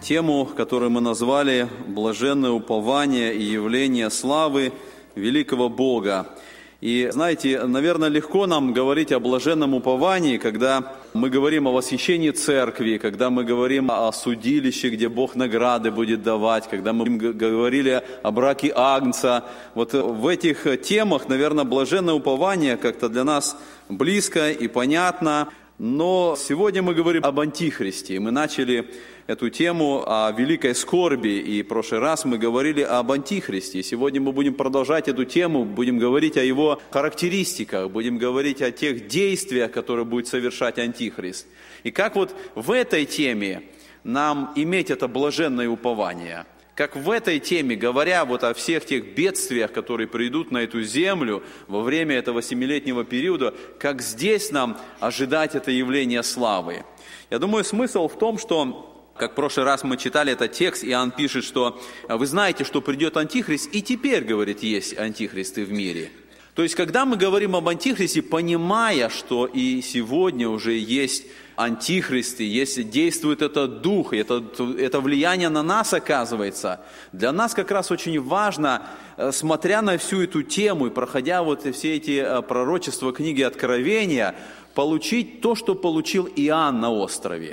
тему, которую мы назвали «Блаженное упование и явление славы великого Бога». И знаете, наверное, легко нам говорить о блаженном уповании, когда мы говорим о восхищении церкви, когда мы говорим о судилище, где Бог награды будет давать, когда мы говорили о браке Агнца. Вот в этих темах, наверное, блаженное упование как-то для нас близко и понятно. Но сегодня мы говорим об Антихристе. Мы начали эту тему о великой скорби, и в прошлый раз мы говорили об Антихристе. Сегодня мы будем продолжать эту тему, будем говорить о его характеристиках, будем говорить о тех действиях, которые будет совершать Антихрист. И как вот в этой теме нам иметь это блаженное упование? Как в этой теме, говоря вот о всех тех бедствиях, которые придут на эту землю во время этого 7-летнего периода, как здесь нам ожидать это явление славы? Я думаю, смысл в том, что, как в прошлый раз мы читали этот текст, Иоанн пишет, что вы знаете, что придет Антихрист, и теперь, говорит, есть антихристы в мире. То есть, когда мы говорим об Антихристе, понимая, что и сегодня уже есть антихристы, если действует этот дух, и это влияние на нас оказывается, для нас как раз очень важно, смотря на всю эту тему и проходя вот все эти пророчества книги Откровения, получить то, что получил Иоанн на острове.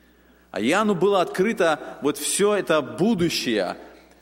А Иоанну было открыто вот все это будущее.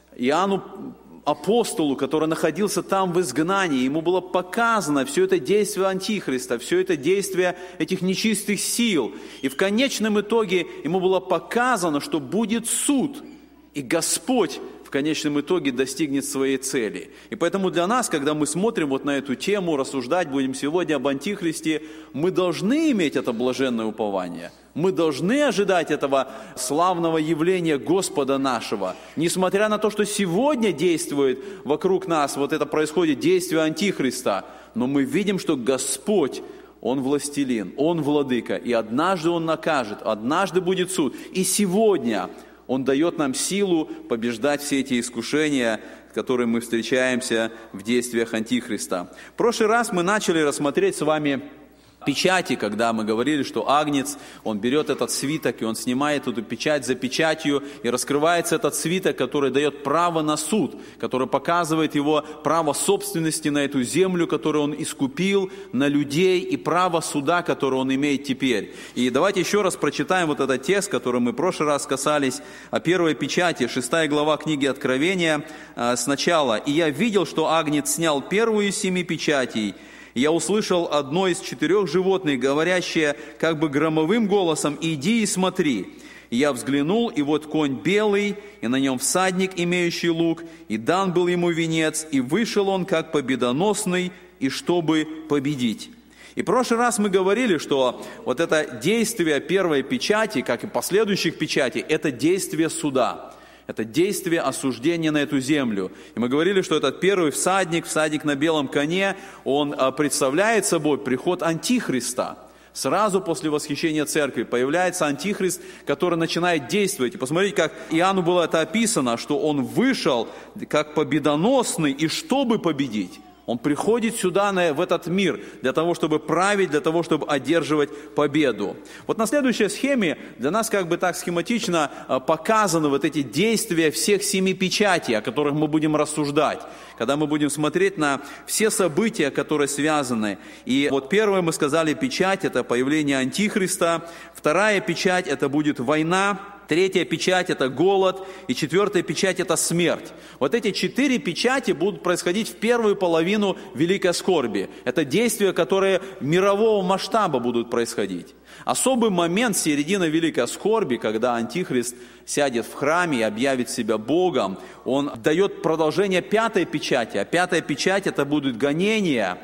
Иоанну, апостолу, который находился там в изгнании, ему было показано все это действие Антихриста, все это действие этих нечистых сил. И в конечном итоге ему было показано, что будет суд, и Господь в конечном итоге достигнет своей цели. И поэтому для нас, когда мы смотрим вот на эту тему, рассуждать будем сегодня об Антихристе, мы должны иметь это блаженное упование. Мы должны ожидать этого славного явления Господа нашего. Несмотря на то, что сегодня действует вокруг нас, вот это происходит действие Антихриста, но мы видим, что Господь, Он властелин, Он владыка, и однажды Он накажет, однажды будет суд. И сегодня Он дает нам силу побеждать все эти искушения, с которыми мы встречаемся в действиях Антихриста. В прошлый раз мы начали рассмотреть с вами печати, когда мы говорили, что Агнец, он берет этот свиток, и он снимает эту печать за печатью, и раскрывается этот свиток, который дает право на суд, который показывает его право собственности на эту землю, которую он искупил, на людей, и право суда, которое он имеет теперь. И давайте еще раз прочитаем вот этот текст, который мы в прошлый раз касались, о первой печати, 6 глава книги Откровения, сначала. «И я видел, что Агнец снял первую из 7 печатей, я услышал одно из 4 животных, говорящее как бы громовым голосом: «Иди и смотри». И я взглянул, и вот конь белый, и на нем всадник, имеющий лук, и дан был ему венец, и вышел он как победоносный, и чтобы победить». И в прошлый раз мы говорили, что вот это действие первой печати, как и последующих печатей, это действие суда. Это действие осуждения на эту землю. И мы говорили, что этот первый всадник на белом коне, он представляет собой приход Антихриста. Сразу после восхищения церкви появляется Антихрист, который начинает действовать. И посмотрите, как Иоанну было это описано, что он вышел как победоносный, и чтобы победить. Он приходит сюда, в этот мир, для того, чтобы править, для того, чтобы одерживать победу. Вот на следующей схеме для нас как бы так схематично показаны вот эти действия всех 7 печатей, о которых мы будем рассуждать, когда мы будем смотреть на все события, которые связаны. И вот первое мы сказали печать, это появление Антихриста. Вторая печать, это будет война. Третья печать – это голод, и 4-я печать – это смерть. Вот эти 4 печати будут происходить в первую половину Великой Скорби. Это действия, которые мирового масштаба будут происходить. Особый момент середины Великой Скорби, когда Антихрист сядет в храме и объявит себя Богом, он дает продолжение 5-й печати. А 5-я печать – это будут гонения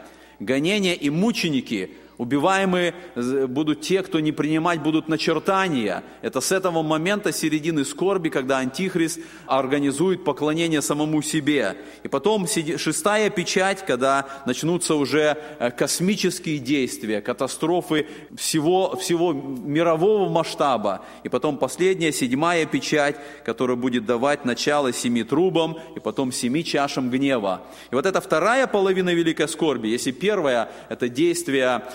и мученики. Убиваемые будут те, кто не принимать будут начертания. Это с этого момента середины скорби, когда Антихрист организует поклонение самому себе. И потом 6-я печать, когда начнутся уже космические действия, катастрофы всего мирового масштаба. И потом последняя, 7-я печать, которая будет давать начало 7 трубам и потом 7 чашам гнева. И вот эта вторая половина Великой Скорби, если первая – это действие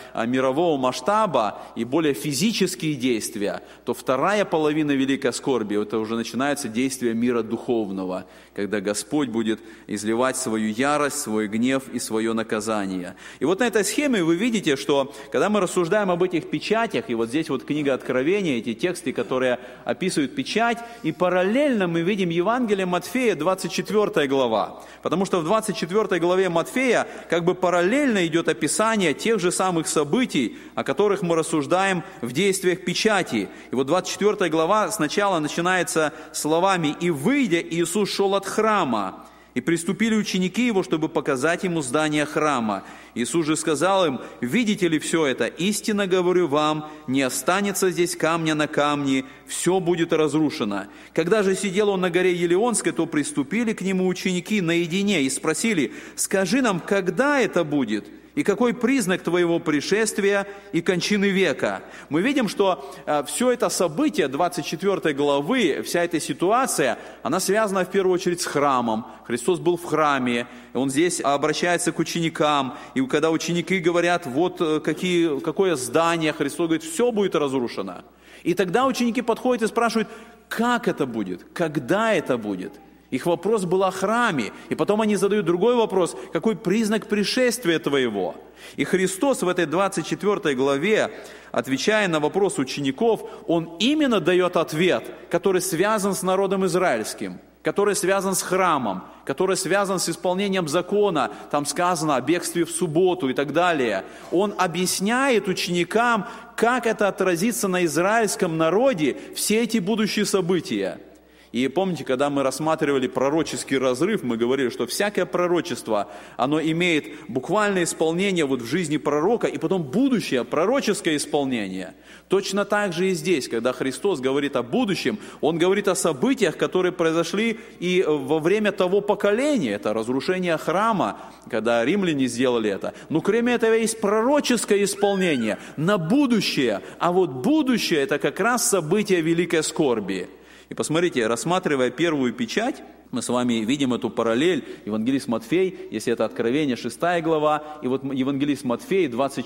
мирового масштаба и более физические действия, то вторая половина великой скорби, это уже начинается действие мира духовного, когда Господь будет изливать свою ярость, свой гнев и свое наказание. И вот на этой схеме вы видите, что когда мы рассуждаем об этих печатях, и вот здесь вот книга Откровения, эти тексты, которые описывают печать, и параллельно мы видим Евангелие Матфея, 24 глава. Потому что в 24 главе Матфея как бы параллельно идет описание тех же самых событий, о которых мы рассуждаем в действиях печати. И вот 24 глава сначала начинается словами: «И выйдя, Иисус шел от храма, и приступили ученики Его, чтобы показать Ему здание храма. Иисус же сказал им: видите ли все это? Истинно говорю вам, не останется здесь камня на камне, все будет разрушено. Когда же сидел Он на горе Елеонской, то приступили к Нему ученики наедине и спросили: скажи нам, когда это будет? И какой признак Твоего пришествия и кончины века?» Мы видим, что все это событие 24 главы, вся эта ситуация, она связана в первую очередь с храмом. Христос был в храме, Он здесь обращается к ученикам. И когда ученики говорят: вот какое здание, Христос говорит: все будет разрушено. И тогда ученики подходят и спрашивают: как это будет, когда это будет? Их вопрос был о храме. И потом они задают другой вопрос: какой признак пришествия Твоего? И Христос в этой 24 главе, отвечая на вопрос учеников, Он именно дает ответ, который связан с народом израильским, который связан с храмом, который связан с исполнением закона. Там сказано о бегстве в субботу и так далее. Он объясняет ученикам, как это отразится на израильском народе, все эти будущие события. И помните, когда мы рассматривали пророческий разрыв, мы говорили, что всякое пророчество, оно имеет буквальное исполнение вот в жизни пророка, и потом будущее, пророческое исполнение. Точно так же и здесь, когда Христос говорит о будущем, Он говорит о событиях, которые произошли и во время того поколения. Это разрушение храма, когда римляне сделали это. Но кроме этого есть пророческое исполнение на будущее. А вот будущее – это как раз событие великой скорби. И посмотрите, рассматривая первую печать, мы с вами видим эту параллель. Евангелист Матфей, если это Откровение, 6 глава, и вот Евангелист Матфей,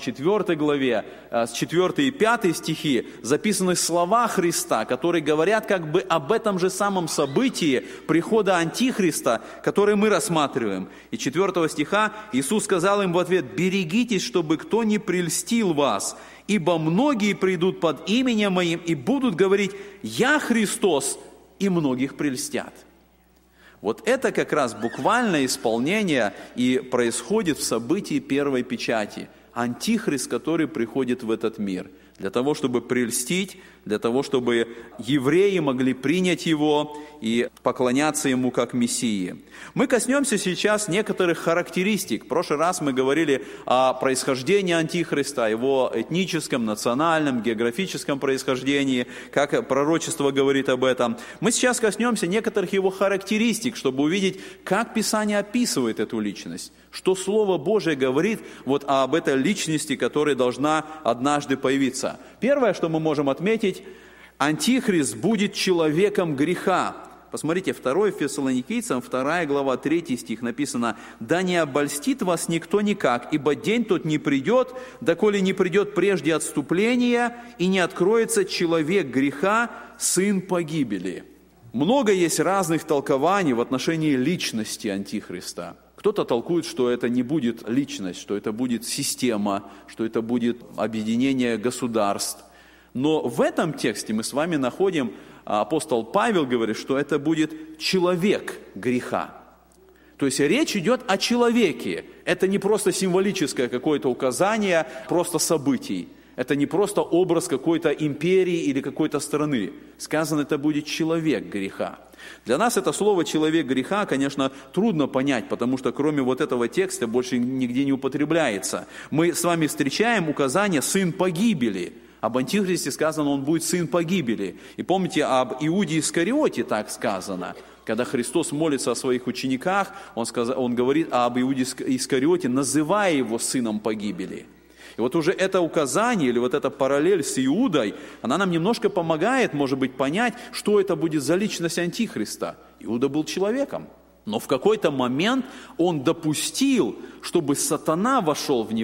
24 главе, с 4 и 5 стихи, записаны слова Христа, которые говорят как бы об этом же самом событии прихода Антихриста, который мы рассматриваем. И 4 стиха Иисус сказал им в ответ: «Берегитесь, чтобы кто не прельстил вас, ибо многие придут под именем Моим и будут говорить: Я Христос, и многих прельстят». Вот это как раз буквальное исполнение и происходит в событии первой печати. Антихрист, который приходит в этот мир для того, чтобы прельстить, для того, чтобы евреи могли принять Его и поклоняться Ему как Мессии. Мы коснемся сейчас некоторых характеристик. В прошлый раз мы говорили о происхождении Антихриста, о его этническом, национальном, географическом происхождении, как пророчество говорит об этом. Мы сейчас коснемся некоторых его характеристик, чтобы увидеть, как Писание описывает эту личность, что Слово Божие говорит вот об этой личности, которая должна однажды появиться. Первое, что мы можем отметить: Антихрист будет человеком греха. Посмотрите, 2 Фессалоникийцам, 2 глава, 3 стих написано: «Да не обольстит вас никто никак, ибо день тот не придет, доколе не придет прежде отступления, и не откроется человек греха, сын погибели». Много есть разных толкований в отношении личности Антихриста. Кто-то толкует, что это не будет личность, что это будет система, что это будет объединение государств. Но в этом тексте мы с вами находим, апостол Павел говорит, что это будет человек греха. То есть речь идет о человеке. Это не просто символическое какое-то указание, просто событий. Это не просто образ какой-то империи или какой-то страны. Сказано, это будет человек греха. Для нас это слово «человек греха», конечно, трудно понять, потому что кроме вот этого текста больше нигде не употребляется. Мы с вами встречаем указание «сын погибели». Об Антихристе сказано, он будет сын погибели. И помните, об Иуде Искариоте так сказано. Когда Христос молится о своих учениках, он говорит об Иуде Искариоте, называя его сыном погибели. И вот уже это указание, или вот эта параллель с Иудой, она нам немножко помогает, может быть, понять, что это будет за личность Антихриста. Иуда был человеком, но в какой-то момент он допустил, чтобы сатана вошел в него.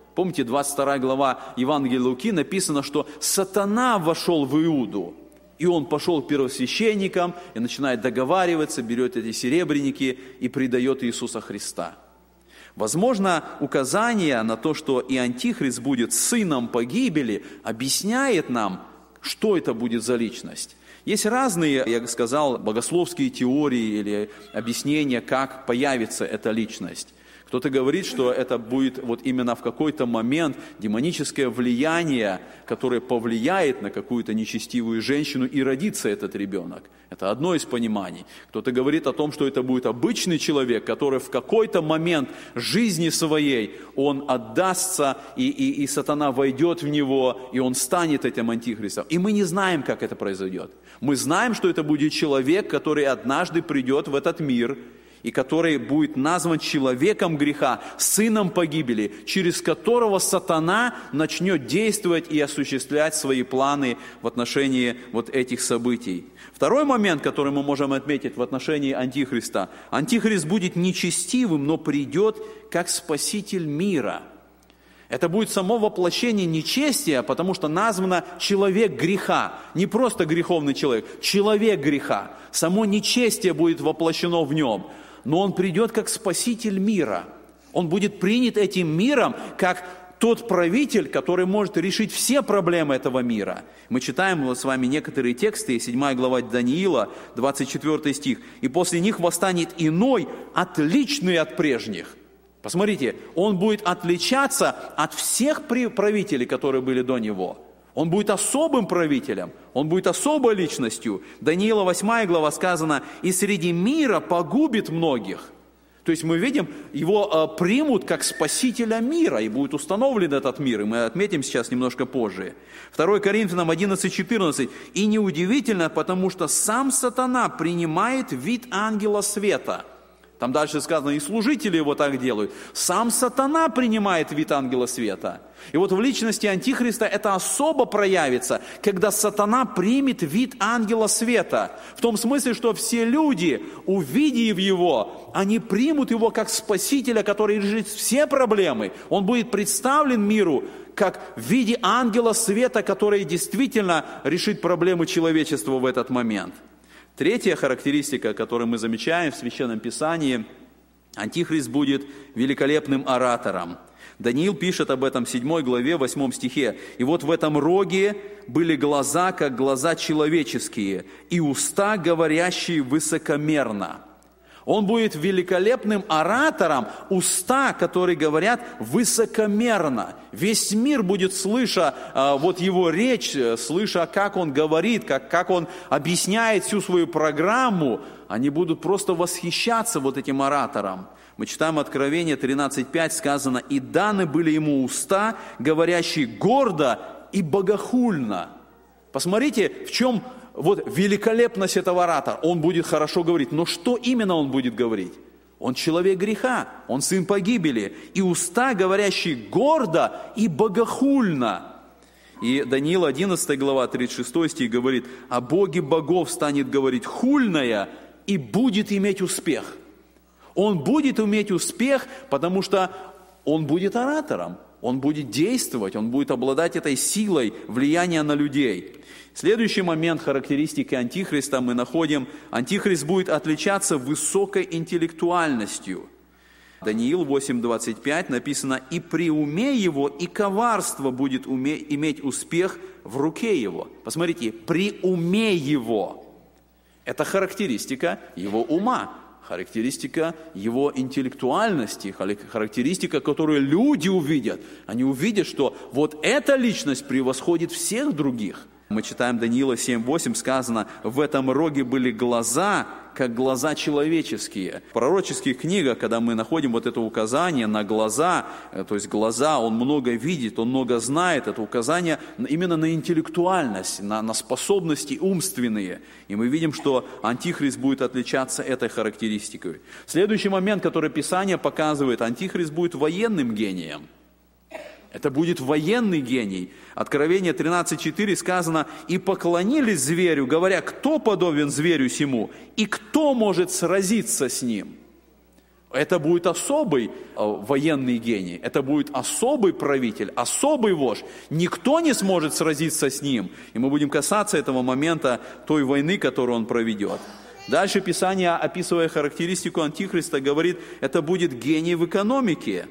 Помните, 22 глава Евангелия Луки написано, что сатана вошел в Иуду. И он пошел к первосвященникам и начинает договариваться, берет эти серебряники и предает Иисуса Христа. Возможно, указание на то, что и Антихрист будет сыном погибели, объясняет нам, что это будет за личность. Есть разные, я сказал, богословские теории или объяснения, как появится эта личность. Кто-то говорит, что это будет вот именно в какой-то момент демоническое влияние, которое повлияет на какую-то нечестивую женщину, и родится этот ребенок. Это одно из пониманий. Кто-то говорит о том, что это будет обычный человек, который в какой-то момент жизни своей, он отдастся, и сатана войдет в него, и он станет этим антихристом. И мы не знаем, как это произойдет. Мы знаем, что это будет человек, который однажды придет в этот мир, и который будет назван человеком греха, сыном погибели, через которого сатана начнет действовать и осуществлять свои планы в отношении вот этих событий. Второй момент, который мы можем отметить в отношении Антихриста. Антихрист будет нечестивым, но придет как спаситель мира. Это будет само воплощение нечестия, потому что названо человек греха. Не просто греховный человек, человек греха. Само нечестие будет воплощено в нем. Но он придет как спаситель мира. Он будет принят этим миром как тот правитель, который может решить все проблемы этого мира. Мы читаем с вами некоторые тексты, 7 глава Даниила, 24 стих. «И после них восстанет иной, отличный от прежних». Посмотрите, он будет отличаться от всех правителей, которые были до него. Он будет особым правителем, он будет особой личностью. Даниила 8 глава сказано, «И среди мира погубит многих». То есть мы видим, его примут как спасителя мира, и будет установлен этот мир, и мы отметим сейчас немножко позже. 2 Коринфянам 11:14. «И неудивительно, потому что сам сатана принимает вид ангела света». Там дальше сказано, и служители его так делают. Сам сатана принимает вид ангела света. И вот в личности Антихриста это особо проявится, когда сатана примет вид ангела света. В том смысле, что все люди, увидев его, они примут его как спасителя, который решит все проблемы. Он будет представлен миру как в виде ангела света, который действительно решит проблемы человечества в этот момент. Третья характеристика, которую мы замечаем в Священном Писании, Антихрист будет великолепным оратором. Даниил пишет об этом в 7 главе, 8 стихе. «И вот в этом роге были глаза, как глаза человеческие, и уста, говорящие высокомерно». Он будет великолепным оратором, уста, которые говорят высокомерно. Весь мир будет, слыша вот его речь, слыша, как он говорит, как он объясняет всю свою программу, они будут просто восхищаться вот этим оратором. Мы читаем Откровение 13:5, сказано, «И даны были ему уста, говорящие гордо и богохульно». Посмотрите, в чем вот великолепность этого оратора. Он будет хорошо говорить, но что именно он будет говорить? Он человек греха, он сын погибели. И уста, говорящие гордо и богохульно. И Даниил 11 глава, 36 стих говорит, «О Боге богов станет говорить хульное и будет иметь успех». Он будет иметь успех, потому что он будет оратором. Он будет действовать, он будет обладать этой силой влияния на людей. Следующий момент характеристики Антихриста мы находим. Антихрист будет отличаться высокой интеллектуальностью. Даниил 8:25 написано, «И при уме его, и коварство будет иметь успех в руке его». Посмотрите, при уме его. Это характеристика его ума. Характеристика его интеллектуальности, характеристика, которую люди увидят. Они увидят, что вот эта личность превосходит всех других. Мы читаем Даниила 7:8, сказано, «В этом роге были глаза, как глаза человеческие». В пророческих книгах, когда мы находим вот это указание на глаза, то есть глаза, он много видит, он много знает, это указание именно на интеллектуальность, на способности умственные. И мы видим, что Антихрист будет отличаться этой характеристикой. Следующий момент, который Писание показывает, Антихрист будет военным гением. Это будет военный гений. Откровение 13:4 сказано, «И поклонились зверю, говоря, кто подобен зверю сему, и кто может сразиться с ним?» Это будет особый военный гений, это будет особый правитель, особый вождь. Никто не сможет сразиться с ним. И мы будем касаться этого момента той войны, которую он проведет. Дальше Писание, описывая характеристику Антихриста, говорит, это будет гений в экономике.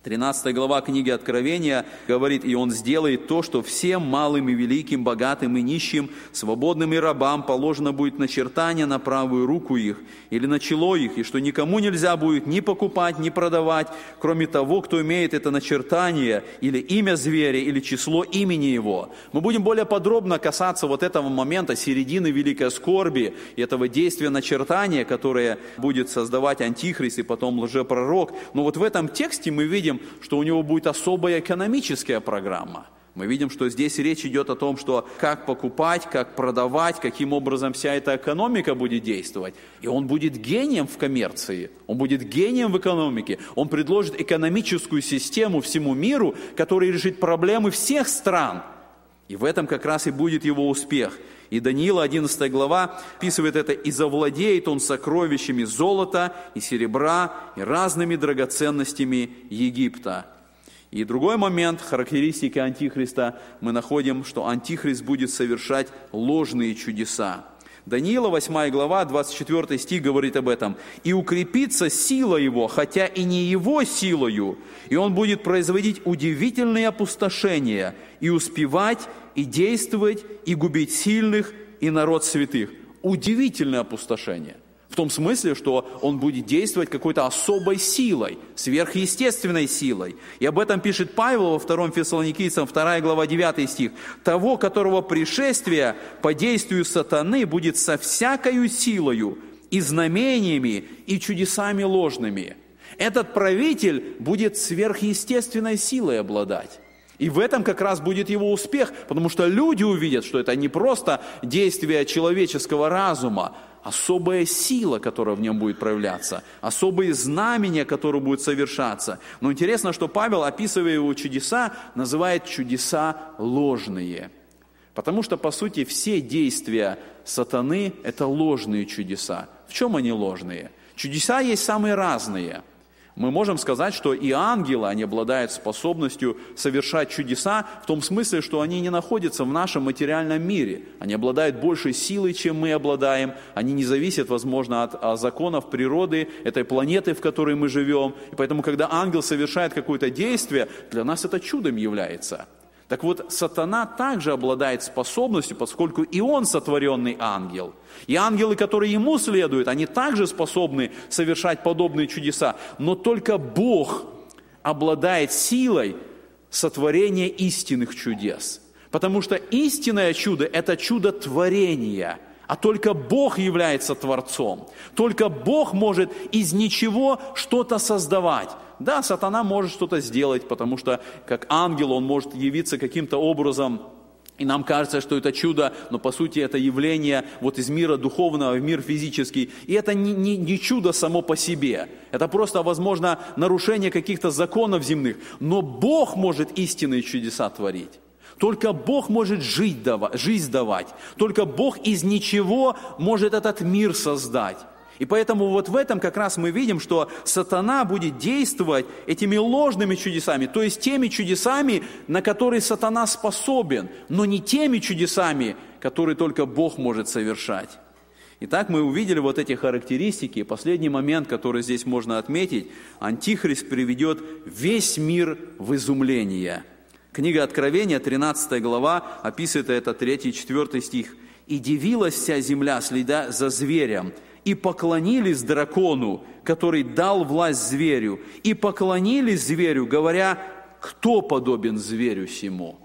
13 глава книги Откровения говорит, и он сделает то, что всем малым и великим, богатым и нищим, свободным и рабам положено будет начертание на правую руку их или на чело их, и что никому нельзя будет ни покупать, ни продавать, кроме того, кто имеет это начертание или имя зверя, или число имени его. Мы будем более подробно касаться вот этого момента, середины великой скорби, и этого действия начертания, которое будет создавать Антихрист и потом лжепророк. Но вот в этом тексте мы видим, что у него будет особая экономическая программа. Мы видим, что здесь речь идет о том, что как покупать, как продавать, каким образом вся эта экономика будет действовать. И он будет гением в коммерции, он будет гением в экономике. Он предложит экономическую систему всему миру, которая решит проблемы всех стран. И в этом как раз и будет его успех. И Даниила, 11 глава, описывает это, «И завладеет он сокровищами золота и серебра и разными драгоценностями Египта». И другой момент характеристики Антихриста, мы находим, что Антихрист будет совершать ложные чудеса. Даниила, 8 глава, 24 стих говорит об этом. «И укрепится сила его, хотя и не его силою, и он будет производить удивительные опустошения, и успевать, и действовать, и губить сильных, и народ святых». Удивительное опустошение. В том смысле, что он будет действовать какой-то особой силой, сверхъестественной силой. И об этом пишет Павел во 2 Фессалоникийцам, 2 глава, 9 стих. «Того, которого пришествие по действию сатаны будет со всякою силою, и знамениями, и чудесами ложными». Этот правитель будет сверхъестественной силой обладать. И в этом как раз будет его успех, потому что люди увидят, что это не просто действие человеческого разума, особая сила, которая в нем будет проявляться, особые знамения, которые будут совершаться. Но интересно, что Павел, описывая его чудеса, называет чудеса ложные. Потому что, по сути, все действия сатаны – это ложные чудеса. В чем они ложные? Чудеса есть самые разные. Мы можем сказать, что и ангелы, они обладают способностью совершать чудеса в том смысле, что они не находятся в нашем материальном мире. Они обладают большей силой, чем мы обладаем. Они не зависят, возможно, от законов природы, этой планеты, в которой мы живем. И поэтому, когда ангел совершает какое-то действие, для нас это чудом является. Так вот, сатана также обладает способностью, поскольку и он сотворенный ангел. И ангелы, которые ему следуют, они также способны совершать подобные чудеса. Но только Бог обладает силой сотворения истинных чудес. Потому что истинное чудо – это чудо творения. А только Бог является Творцом. Только Бог может из ничего что-то создавать. Да, сатана может что-то сделать, потому что как ангел он может явиться каким-то образом, и нам кажется, что это чудо, но по сути это явление вот из мира духовного в мир физический. И это не чудо само по себе. Это просто, возможно, нарушение каких-то законов земных. Но Бог может истинные чудеса творить. Только Бог может жизнь давать. Только Бог из ничего может этот мир создать. И поэтому вот в этом как раз мы видим, что сатана будет действовать этими ложными чудесами, то есть теми чудесами, на которые сатана способен, но не теми чудесами, которые только Бог может совершать. Итак, мы увидели вот эти характеристики. Последний момент, который здесь можно отметить, Антихрист приведет весь мир в изумление. Книга Откровения, 13 глава, описывает это 3-4 стих. «И дивилась вся земля, следя за зверем, и поклонились дракону, который дал власть зверю, и поклонились зверю, говоря, кто подобен зверю сему».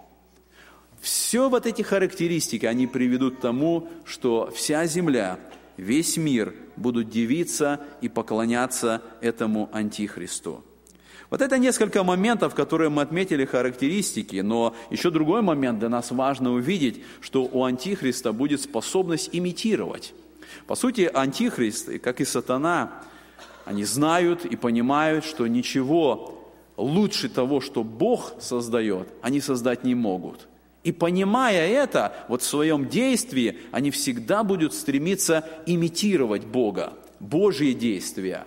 Все вот эти характеристики, они приведут к тому, что вся земля, весь мир будут дивиться и поклоняться этому Антихристу. Вот это несколько моментов, которые мы отметили характеристики, но еще другой момент для нас важно увидеть, что у Антихриста будет способность имитировать. По сути, Антихрист, как и сатана, они знают и понимают, что ничего лучше того, что Бог создает, они создать не могут. И понимая это, вот в своем действии, они всегда будут стремиться имитировать Бога, Божьи действия.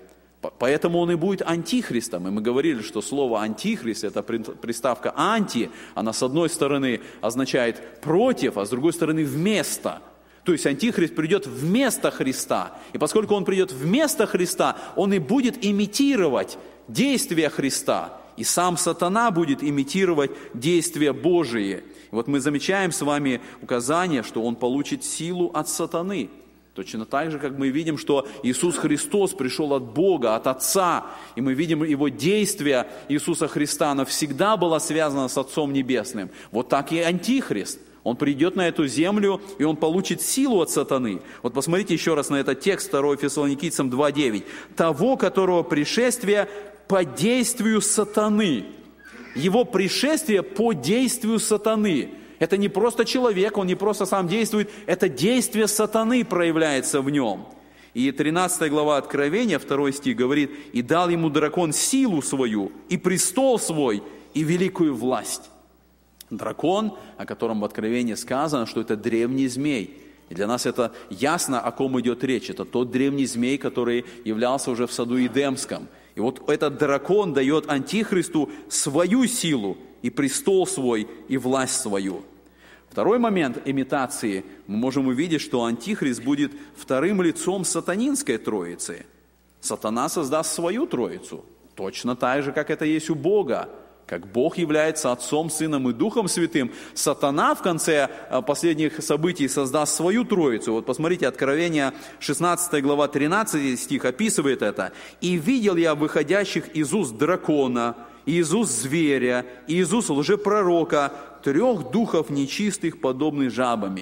Поэтому он и будет антихристом. И мы говорили, что слово антихрист, это приставка анти, она с одной стороны означает против, а с другой стороны вместо. То есть антихрист придет вместо Христа. И поскольку он придет вместо Христа, он и будет имитировать действия Христа. И сам сатана будет имитировать действия Божии. И вот мы замечаем с вами указание, что он получит силу от сатаны. Точно так же, как мы видим, что Иисус Христос пришел от Бога, от Отца, и мы видим его действия Иисуса Христа, оно всегда было связано с Отцом Небесным. Вот так и Антихрист. Он придет на эту землю, и он получит силу от сатаны. Вот посмотрите еще раз на этот текст, 2 Фессалоникийцам 2:9. «Того, которого пришествие по действию сатаны». Его пришествие по действию сатаны. Это не просто человек, он не просто сам действует, это действие сатаны проявляется в нем. И 13 глава Откровения, 2 стих говорит: «И дал ему дракон силу свою, и престол свой, и великую власть». Дракон, о котором в Откровении сказано, что это древний змей. И для нас это ясно, о ком идет речь. Это тот древний змей, который являлся уже в саду Эдемском. И вот этот дракон дает Антихристу свою силу, и престол свой, и власть свою. Второй момент имитации, мы можем увидеть, что Антихрист будет вторым лицом сатанинской троицы. Сатана создаст свою троицу, точно так же, как это есть у Бога. Как Бог является Отцом, Сыном и Духом Святым, сатана в конце последних событий создаст свою троицу. Вот посмотрите, Откровение 16 глава 13 стих описывает это. «И видел я выходящих из уст дракона, и из уст зверя, и из уст лжепророка 3 духов нечистых, подобных жабам».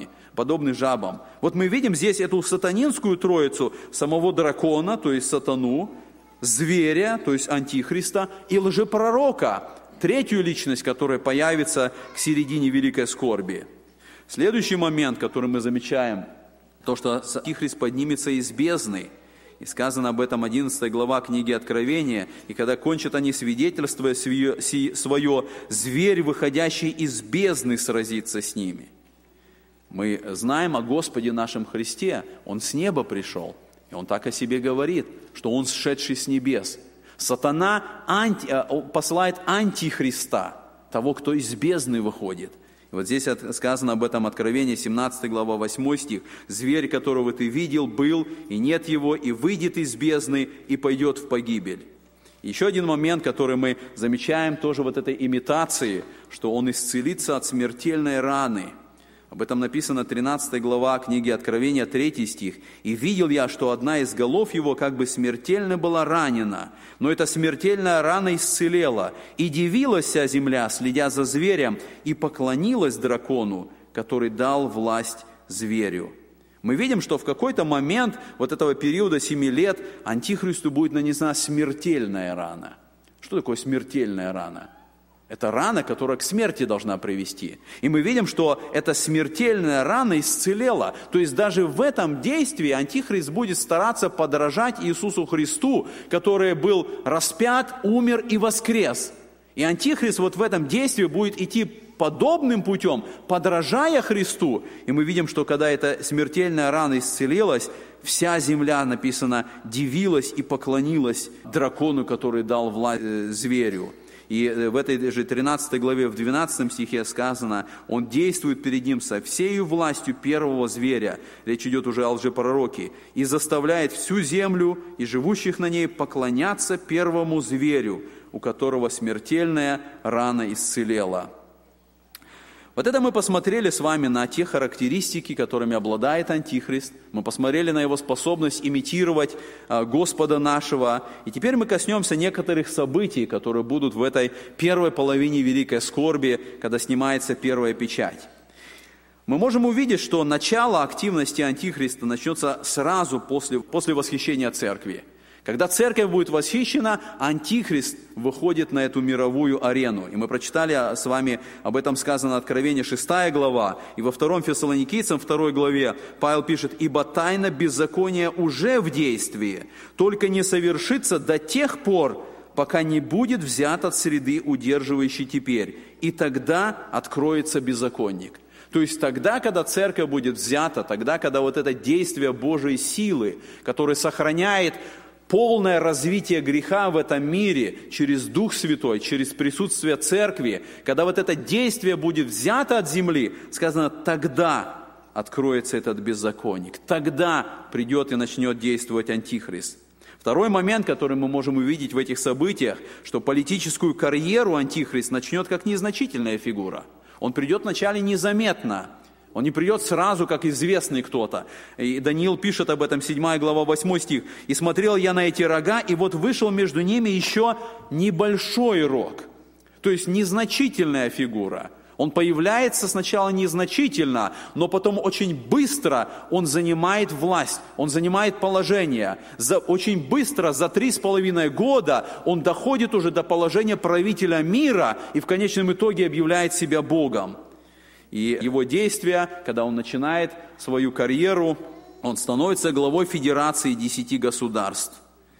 Вот мы видим здесь эту сатанинскую троицу самого дракона, то есть сатану, зверя, то есть антихриста, и лжепророка, третью личность, которая появится к середине великой скорби. Следующий момент, который мы замечаем, то, что Антихрист поднимется из бездны. И сказано об этом 11 глава книги Откровения. «И когда кончат они свидетельство свое, зверь, выходящий из бездны, сразится с ними». Мы знаем о Господе нашем Христе. Он с неба пришел. И Он так о себе говорит, что Он сшедший с небес. Сатана посылает антихриста, того, кто из бездны выходит. И вот здесь сказано об этом Откровении, 17 глава, 8 стих. «Зверь, которого ты видел, был, и нет его, и выйдет из бездны, и пойдет в погибель». Еще один момент, который мы замечаем тоже в этой имитации, что он исцелится от смертельной раны. Об этом написано 13 глава книги Откровения, 3 стих. «И видел я, что одна из голов его как бы смертельно была ранена, но эта смертельная рана исцелела. И дивилась вся земля, следя за зверем, и поклонилась дракону, который дал власть зверю». Мы видим, что в какой-то момент вот этого периода 7 лет Антихристу будет нанесена смертельная рана. Что такое смертельная рана? Это рана, которая к смерти должна привести. И мы видим, что эта смертельная рана исцелела. То есть даже в этом действии Антихрист будет стараться подражать Иисусу Христу, который был распят, умер и воскрес. И Антихрист вот в этом действии будет идти подобным путем, подражая Христу. И мы видим, что когда эта смертельная рана исцелилась, вся земля, написано, дивилась и поклонилась дракону, который дал власть зверю. И в этой же 13 главе, в 12 стихе сказано, он действует перед ним со всею властью первого зверя, речь идет уже о лжепророке, и заставляет всю землю и живущих на ней поклоняться первому зверю, у которого смертельная рана исцелела. Вот это мы посмотрели с вами на те характеристики, которыми обладает Антихрист. Мы посмотрели на его способность имитировать Господа нашего. И теперь мы коснемся некоторых событий, которые будут в этой первой половине великой скорби, когда снимается первая печать. Мы можем увидеть, что начало активности Антихриста начнется сразу после восхищения церкви. Когда церковь будет восхищена, Антихрист выходит на эту мировую арену. И мы прочитали с вами, об этом сказано Откровение 6 глава. И во 2 Фессалоникийцам 2 главе Павел пишет: «Ибо тайна беззакония уже в действии, только не совершится до тех пор, пока не будет взят от среды, удерживающей теперь. И тогда откроется беззаконник». То есть тогда, когда церковь будет взята, тогда, когда вот это действие Божьей силы, которое сохраняет полное развитие греха в этом мире через Дух Святой, через присутствие Церкви, когда вот это действие будет взято от земли, сказано, тогда откроется этот беззаконник, тогда придет и начнет действовать Антихрист. Второй момент, который мы можем увидеть в этих событиях, что политическую карьеру Антихрист начнет как незначительная фигура. Он придет вначале незаметно, он не придет сразу, как известный кто-то. И Даниил пишет об этом, 7 глава, 8 стих. «И смотрел я на эти рога, и вот вышел между ними еще небольшой рог». То есть незначительная фигура. Он появляется сначала незначительно, но потом очень быстро он занимает власть, он занимает положение. Очень быстро, за 3,5 года, он доходит уже до положения правителя мира и в конечном итоге объявляет себя Богом. И его действия, когда он начинает свою карьеру, он становится главой Федерации 10 государств.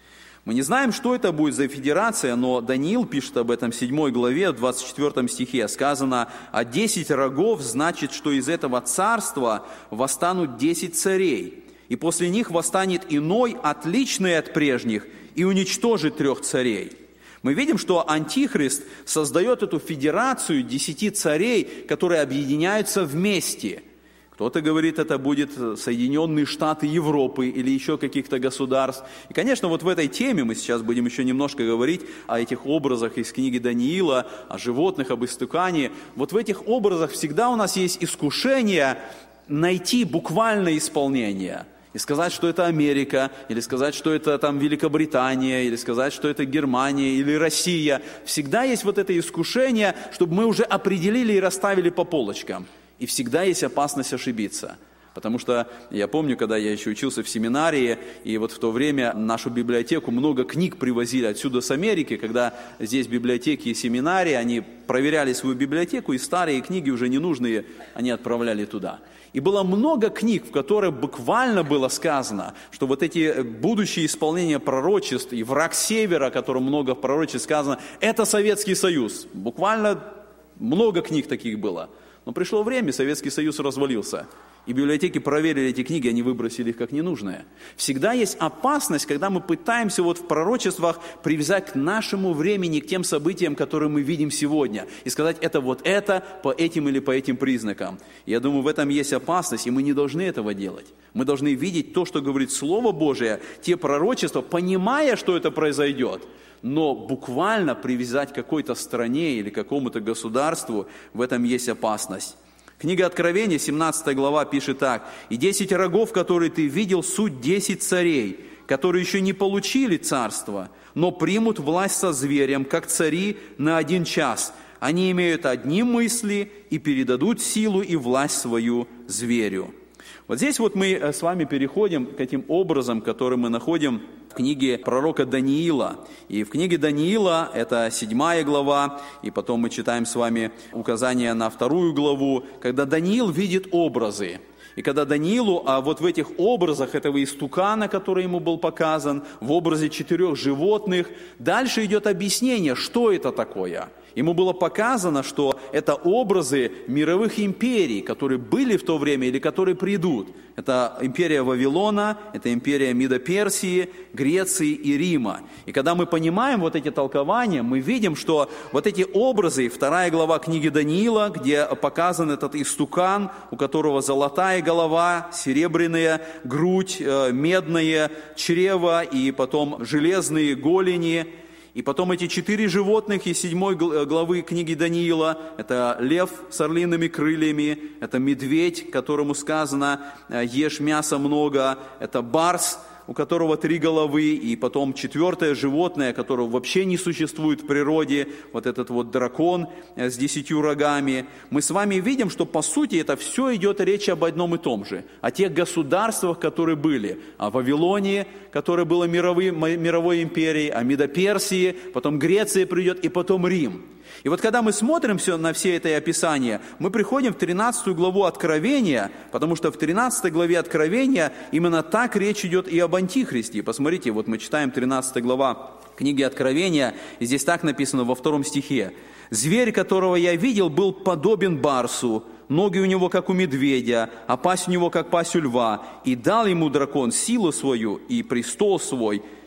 Мы не знаем, что это будет за федерация, но Даниил пишет об этом в 7 главе, в 24 стихе. Сказано, а 10 рогов значит, что из этого царства восстанут 10 царей, и после них восстанет иной, отличный от прежних, и уничтожит 3 царей. Мы видим, что Антихрист создает эту федерацию 10 царей, которые объединяются вместе. Кто-то говорит, это будет Соединенные Штаты Европы или еще каких-то государств. И, конечно, вот в этой теме мы сейчас будем еще немножко говорить о этих образах из книги Даниила, о животных, об истукане. Вот в этих образах всегда у нас есть искушение найти буквальное исполнение. И сказать, что это Америка, или сказать, что это там Великобритания, или сказать, что это Германия, или Россия. Всегда есть вот это искушение, чтобы мы уже определили и расставили по полочкам. И всегда есть опасность ошибиться. Потому что я помню, когда я еще учился в семинарии, и вот в то время нашу библиотеку много книг привозили отсюда с Америки, когда здесь библиотеки и семинарии, они проверяли свою библиотеку, и старые книги уже ненужные они отправляли туда. И было много книг, в которых буквально было сказано, что вот эти будущие исполнения пророчеств, и враг севера, о котором много в пророчестве сказано, это Советский Союз. Буквально много книг таких было. Но пришло время, Советский Союз развалился. И библиотеки проверили эти книги, они выбросили их как ненужные. Всегда есть опасность, когда мы пытаемся вот в пророчествах привязать к нашему времени, к тем событиям, которые мы видим сегодня. И сказать, это вот это по этим или по этим признакам. Я думаю, в этом есть опасность, и мы не должны этого делать. Мы должны видеть то, что говорит Слово Божие, те пророчества, понимая, что это произойдет. Но буквально привязать к какой-то стране или какому-то государству, в этом есть опасность. Книга Откровения, 17 глава, пишет так. «И 10 рогов, которые ты видел, суть 10 царей, которые еще не получили царство, но примут власть со зверем, как цари, на 1 час. Они имеют одни мысли и передадут силу и власть свою зверю». Вот здесь вот мы с вами переходим к этим образам, которые мы находим в книге пророка Даниила. И в книге Даниила, это 7 глава, и потом мы читаем с вами указания на 2 главу, когда Даниил видит образы. И когда Даниилу, а вот в этих образах этого истукана, который ему был показан, в образе 4 животных, дальше идет объяснение, что это такое. Ему было показано, что это образы мировых империй, которые были в то время или которые придут. Это империя Вавилона, это империя Медо-Персии, Греции и Рима. И когда мы понимаем вот эти толкования, мы видим, что вот эти образы, 2 глава книги Даниила, где показан этот истукан, у которого золотая голова, серебряная грудь, медное чрево и потом железные голени. И потом эти 4 животных из 7 главы книги Даниила, это лев с орлиными крыльями, это медведь, которому сказано «ешь мяса много», это барс, у которого 3 головы, и потом 4 животное, которого вообще не существует в природе, вот этот вот дракон с 10 рогами. Мы с вами видим, что по сути это все идет речь об одном и том же, о тех государствах, которые были, о Вавилоне, которая была мировой империей, о Медо-Персии, потом Греция придет, и потом Рим. И вот когда мы смотрим на все это описание, мы приходим в 13 главу Откровения, потому что в 13 главе Откровения именно так речь идет и об Антихристе. Посмотрите, вот мы читаем 13 глава книги Откровения, и здесь так написано во 2 стихе. «Зверь, которого я видел, был подобен барсу, ноги у него, как у медведя, а пасть у него, как пасть у льва. И дал ему дракон силу свою и престол свой,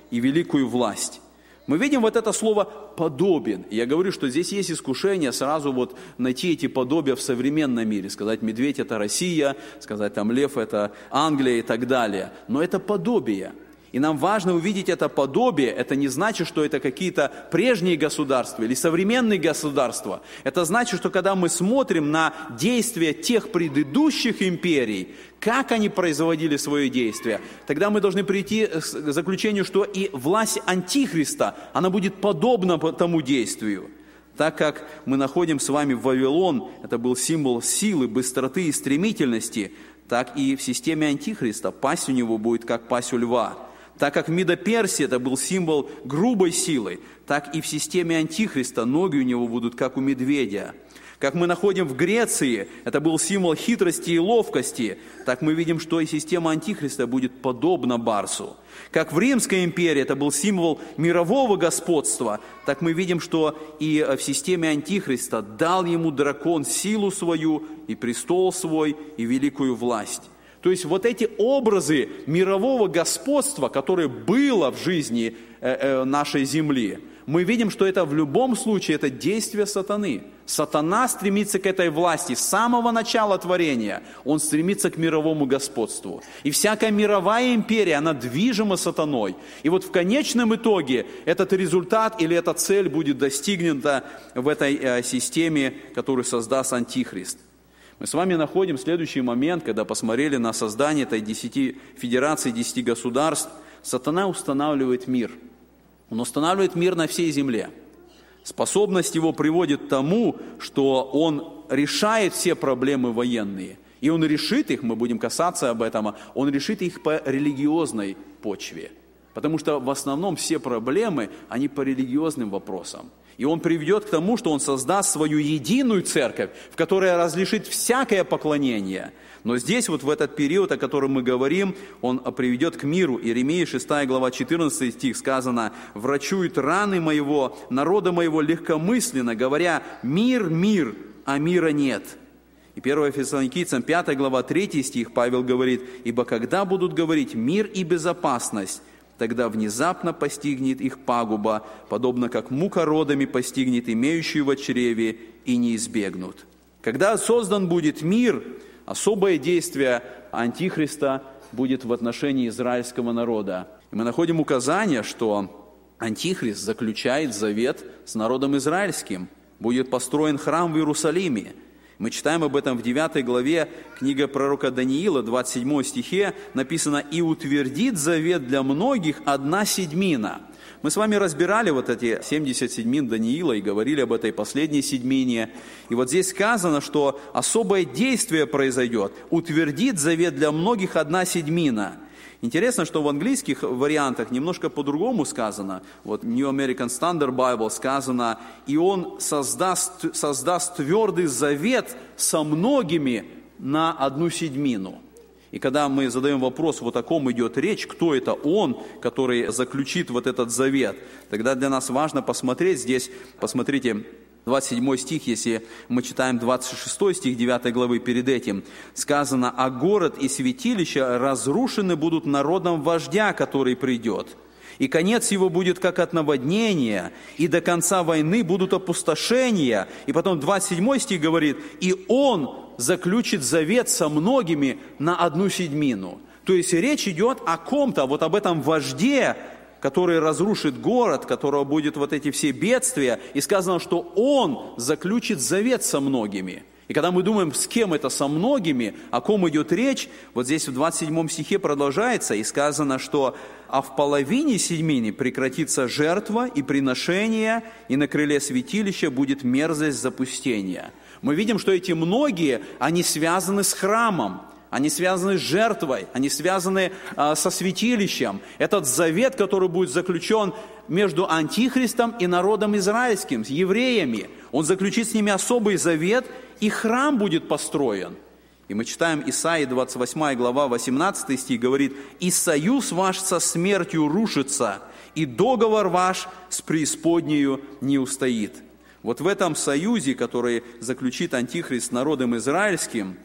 и великую власть. Мы видим вот это слово «подобен». И я говорю, что здесь есть искушение сразу вот найти эти подобия в современном мире. Сказать, медведь – это Россия, сказать, там, лев – это Англия и так далее. Но это подобие. И нам важно увидеть это подобие. Это не значит, что это какие-то прежние государства или современные государства. Это значит, что когда мы смотрим на действия тех предыдущих империй, как они производили свои действия, тогда мы должны прийти к заключению, что и власть Антихриста, она будет подобна тому действию. Так как мы находим с вами Вавилон, это был символ силы, быстроты и стремительности, так и в системе Антихриста пасть у него будет как пасть у льва. Так как в Медо-Персии это был символ грубой силы, так и в системе Антихриста ноги у него будут как у медведя. Как мы находим в Греции, это был символ хитрости и ловкости, так мы видим, что и система Антихриста будет подобна барсу. Как в Римской империи это был символ мирового господства, так мы видим, что и в системе Антихриста дал ему дракон силу свою, и престол свой, и великую власть. То есть вот эти образы мирового господства, которое было в жизни нашей земли, мы видим, что это в любом случае это действие сатаны. Сатана стремится к этой власти с самого начала творения. Он стремится к мировому господству. И всякая мировая империя, она движима сатаной. И вот в конечном итоге этот результат или эта цель будет достигнута в этой системе, которую создаст Антихрист. Мы с вами находим следующий момент, когда посмотрели на создание этой 10 федераций, 10 государств. Сатана устанавливает мир. Он устанавливает мир на всей земле. Способность его приводит к тому, что он решает все проблемы военные. И он решит их, мы будем касаться об этом, он решит их по религиозной почве. Потому что в основном все проблемы, они по религиозным вопросам. И он приведет к тому, что он создаст свою единую церковь, в которой разрешит всякое поклонение. Но здесь вот в этот период, о котором мы говорим, он приведет к миру. Иеремия 6 глава 14 стих сказано: «Врачует раны моего, народа моего легкомысленно, говоря, мир, мир, а мира нет». И 1 Фессалоникийцам 5 глава 3 стих Павел говорит: «Ибо когда будут говорить мир и безопасность, тогда внезапно постигнет их пагуба, подобно как мука родами постигнет имеющую в чреве, и не избегнут». Когда создан будет мир, особое действие Антихриста будет в отношении израильского народа. И мы находим указание, что Антихрист заключает завет с народом израильским. Будет построен храм в Иерусалиме. Мы читаем об этом в 9 главе книги пророка Даниила, 27 стихе, написано: «И утвердит завет для многих 1/7». Мы с вами разбирали вот эти 70 седьмин Даниила и говорили об этой последней седьмине. И вот здесь сказано, что особое действие произойдет. «Утвердит завет для многих 1/7». Интересно, что в английских вариантах немножко по-другому сказано. Вот New American Standard Bible сказано: «И он создаст твердый завет со многими на 1/7». И когда мы задаем вопрос, вот о ком идет речь, кто это он, который заключит вот этот завет, тогда для нас важно посмотреть здесь, посмотрите, 27 стих, если мы читаем 26 стих 9 главы перед этим, сказано: «А город и святилище разрушены будут народом вождя, который придет. И конец его будет как от наводнения, и до конца войны будут опустошения». И потом 27 стих говорит: «И он заключит завет со многими на 1/7». То есть речь идет о ком-то, вот об этом вожде, который разрушит город, которого будет вот эти все бедствия, и сказано, что он заключит завет со многими. И когда мы думаем, с кем это со многими, о ком идет речь, вот здесь в 27 стихе продолжается, и сказано, что «а в половине седьмини прекратится жертва и приношение, и на крыле святилища будет мерзость запустения». Мы видим, что эти многие, они связаны с храмом, они связаны с жертвой, они связаны со святилищем. Этот завет, который будет заключен между Антихристом и народом израильским, с евреями, он заключит с ними особый завет, и храм будет построен. И мы читаем Исаии 28 глава 18 стих, говорит: «И союз ваш со смертью рушится, и договор ваш с преисподнею не устоит». Вот в этом союзе, который заключит Антихрист с народом израильским,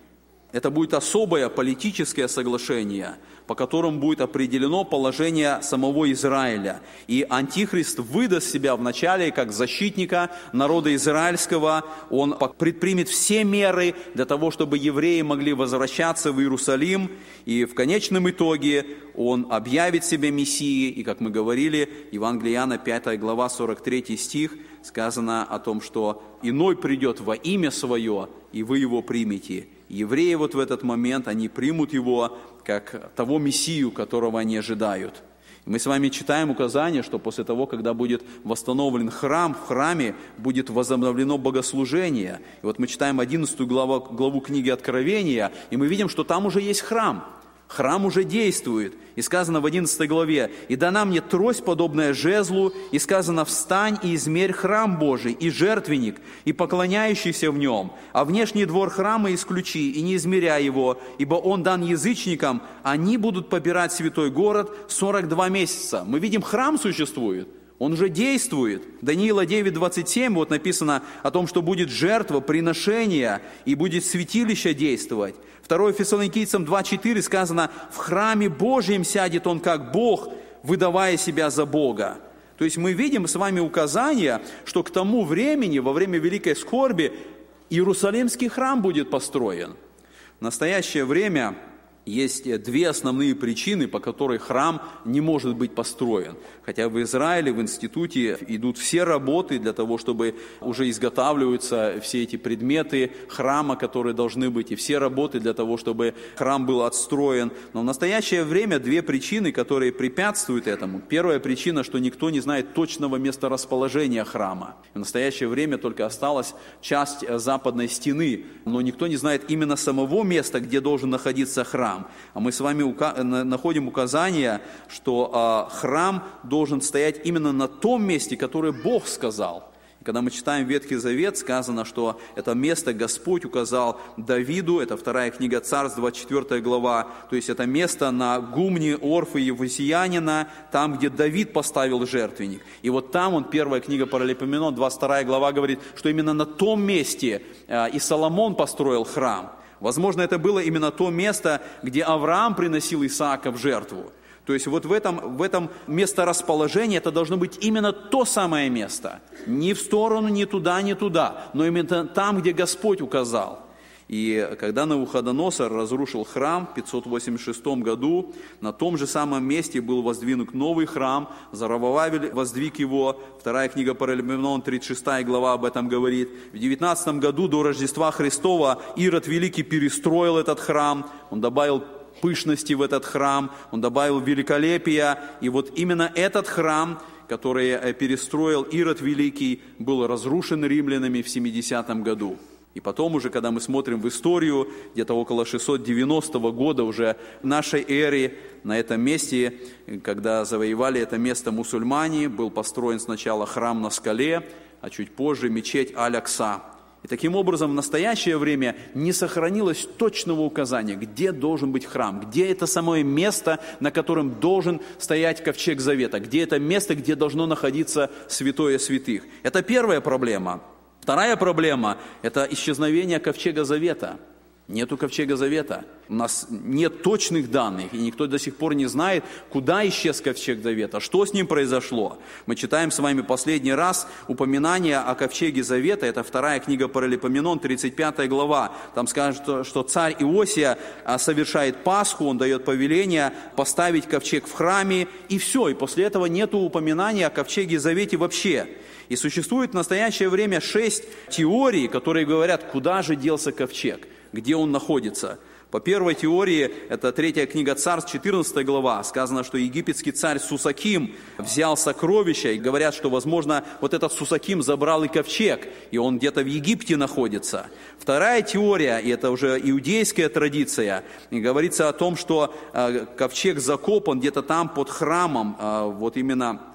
Это будет особое политическое соглашение, по которому будет определено положение самого Израиля. И Антихрист выдаст себя вначале как защитника народа израильского. Он предпримет все меры для того, чтобы евреи могли возвращаться в Иерусалим. И в конечном итоге он объявит себя Мессией. И, как мы говорили, Евангелие Иоанна, 5 глава, 43 стих, сказано о том, что «иной придет во имя свое, и вы его примете». Евреи вот в этот момент, они примут его как того Мессию, которого они ожидают. Мы с вами читаем указание, что после того, когда будет восстановлен храм, в храме будет возобновлено богослужение. И вот мы читаем 11 главу книги Откровения, и мы видим, что там уже есть храм. Храм уже действует. И сказано в 11 главе: «И дана мне трость, подобная жезлу, и сказано: встань и измерь храм Божий, и жертвенник, и поклоняющийся в нем, а внешний двор храма исключи, и не измеряй его, ибо он дан язычникам, они будут побирать святой город 42 месяца». Мы видим, храм существует. Он уже действует. Даниила 9:27, вот написано о том, что будет жертва, приношение, и будет святилище действовать. 2 Фессалоникийцам 2:4 сказано: «В храме Божьем сядет он как Бог, выдавая себя за Бога». То есть мы видим с вами указание, что к тому времени, во время Великой Скорби, Иерусалимский храм будет построен. В настоящее время есть две основные причины, по которой храм не может быть построен. Хотя в Израиле, в институте идут все работы для того, чтобы уже изготавливаются все эти предметы храма, которые должны быть, и все работы для того, чтобы храм был отстроен. Но в настоящее время две причины, которые препятствуют этому. Первая причина, что никто не знает точного месторасположения храма. В настоящее время только осталась часть западной стены, но никто не знает именно самого места, где должен находиться храм. А мы с вами находим указание, что храм должен стоять именно на том месте, которое Бог сказал. И когда мы читаем Ветхий Завет, сказано, что это место Господь указал Давиду, это 2 книга Царств, 24 глава, то есть это место на гумне Орфа и Евусиянина, там, где Давид поставил жертвенник. И вот там он, 1 книга Паралипоменон, 22 глава говорит, что именно на том месте и Соломон построил храм. Возможно, это было именно то место, где Авраам приносил Исаака в жертву. То есть вот в этом месторасположении это должно быть именно то самое место. Ни в сторону, ни туда, но именно там, где Господь указал. И когда Навуходоносор разрушил храм в 586 году, на том же самом месте был воздвинут новый храм, Зоробабель воздвиг его, 2 книга Паралипоменон, 36 глава об этом говорит. В 19 году до Рождества Христова Ирод Великий перестроил этот храм, он добавил пышности в этот храм, он добавил великолепия, и вот именно этот храм, который перестроил Ирод Великий, был разрушен римлянами в 70 году. И потом уже, когда мы смотрим в историю, где-то около 690 года уже нашей эры, на этом месте, когда завоевали это место мусульмане, был построен сначала храм на скале, а чуть позже мечеть Аль-Акса. И таким образом в настоящее время не сохранилось точного указания, где должен быть храм, где это самое место, на котором должен стоять ковчег завета, где это место, где должно находиться святое святых. Это первая проблема. Вторая проблема – это исчезновение ковчега завета. Нету ковчега завета. У нас нет точных данных, и никто до сих пор не знает, куда исчез ковчег завета, что с ним произошло. Мы читаем с вами последний раз упоминание о ковчеге завета. Это 2 книга Паралипоменон, 35 глава. Там сказано, что царь Иосия совершает Пасху, он дает повеление поставить ковчег в храме, и все. И после этого нету упоминания о ковчеге завете вообще. И существует в настоящее время 6 теорий, которые говорят, куда же делся ковчег, где он находится. По первой теории, это 3 книга Царств, 14 глава, сказано, что египетский царь Сусаким взял сокровища, и говорят, что, возможно, вот этот Сусаким забрал и ковчег, и он где-то в Египте находится. Вторая теория, и это уже иудейская традиция, и говорится о том, что ковчег закопан где-то там под храмом, вот именно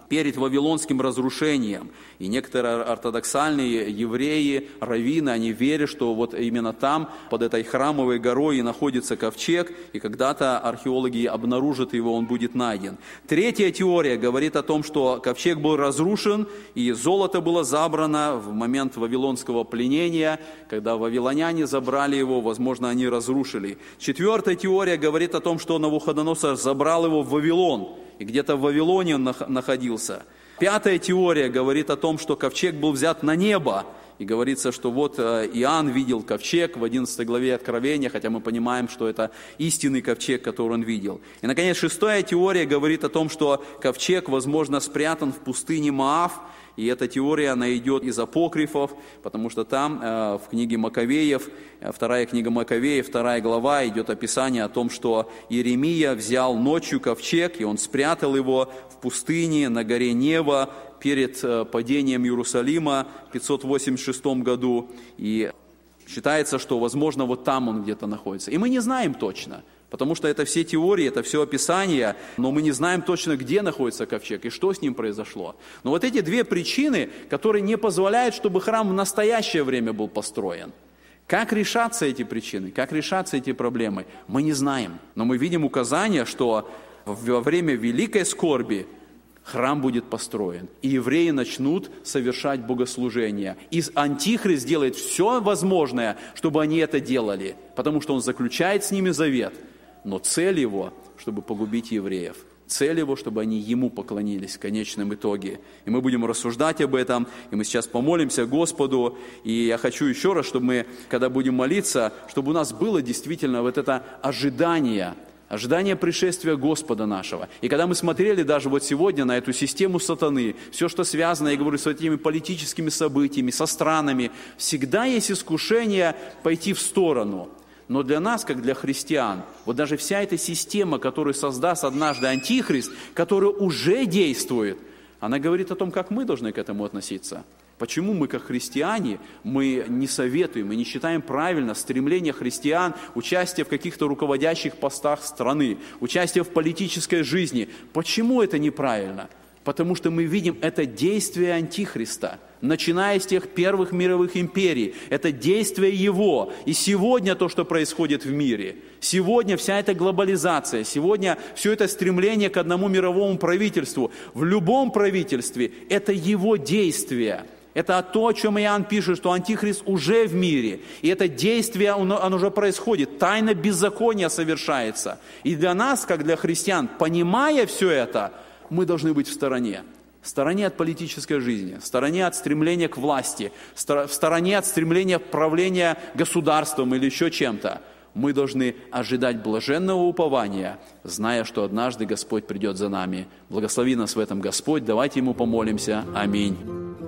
перед вавилонским разрушением. И некоторые ортодоксальные евреи, раввины, они верят, что вот именно там, под этой храмовой горой, и находится ковчег, и когда-то археологи обнаружат его, он будет найден. Третья теория говорит о том, что ковчег был разрушен, и золото было забрано в момент вавилонского пленения, когда вавилоняне забрали его, возможно, они разрушили. Четвертая теория говорит о том, что Навуходоносор забрал его в Вавилон, и где-то в Вавилоне он находился. Пятая теория говорит о том, что ковчег был взят на небо. И говорится, что вот Иоанн видел ковчег в 11 главе Откровения, хотя мы понимаем, что это истинный ковчег, который он видел. И, наконец, шестая теория говорит о том, что ковчег, возможно, спрятан в пустыне Моав. И эта теория, она идет из апокрифов, потому что там в книге Маковеев, вторая книга Маковеев, 2 глава, идет описание о том, что Иеремия взял ночью ковчег, и он спрятал его в пустыне на горе Нева перед падением Иерусалима в 586 году. И считается, что, возможно, вот там он где-то находится. И мы не знаем точно. Потому что это все теории, это все описание, но мы не знаем точно, где находится ковчег и что с ним произошло. Но вот эти две причины, которые не позволяют, чтобы храм в настоящее время был построен. Как решаться эти причины, как решаться эти проблемы, мы не знаем. Но мы видим указание, что во время великой скорби храм будет построен, и евреи начнут совершать богослужение. И Антихрист сделает все возможное, чтобы они это делали, потому что он заключает с ними завет. Но цель его, чтобы погубить евреев. Цель его, чтобы они ему поклонились в конечном итоге. И мы будем рассуждать об этом, и мы сейчас помолимся Господу. И я хочу еще раз, чтобы мы, когда будем молиться, чтобы у нас было действительно вот это ожидание пришествия Господа нашего. И когда мы смотрели даже вот сегодня на эту систему сатаны, все, что связано, я говорю, с этими политическими событиями, со странами, всегда есть искушение пойти в сторону. Но для нас, как для христиан, вот даже вся эта система, которую создаст однажды Антихрист, которая уже действует, она говорит о том, как мы должны к этому относиться. Почему мы, как христиане, мы не советуем, мы не считаем правильно стремление христиан, участие в каких-то руководящих постах страны, участие в политической жизни. Почему это неправильно? Потому что мы видим это действие Антихриста, начиная с тех первых мировых империй. Это действие его. И сегодня то, что происходит в мире, сегодня вся эта глобализация, сегодня все это стремление к одному мировому правительству, в любом правительстве, это его действие. Это то, о чем Иоанн пишет, что Антихрист уже в мире. И это действие, оно уже происходит. Тайна беззакония совершается. И для нас, как для христиан, понимая все это, мы должны быть в стороне от политической жизни, в стороне от стремления к власти, в стороне от стремления правления государством или еще чем-то. Мы должны ожидать блаженного упования, зная, что однажды Господь придет за нами. Благослови нас в этом, Господь. Давайте Ему помолимся. Аминь.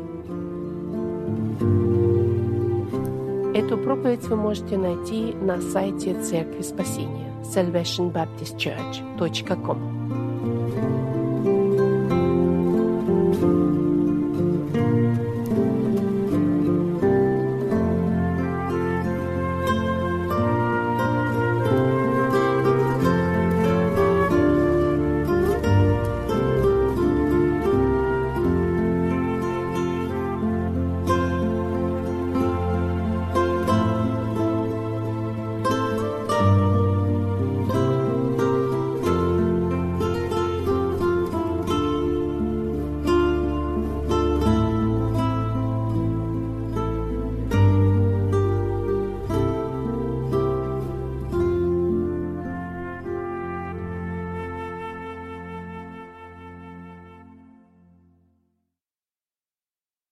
Эту проповедь вы можете найти на сайте Церкви Спасения salvationbaptistchurch.com.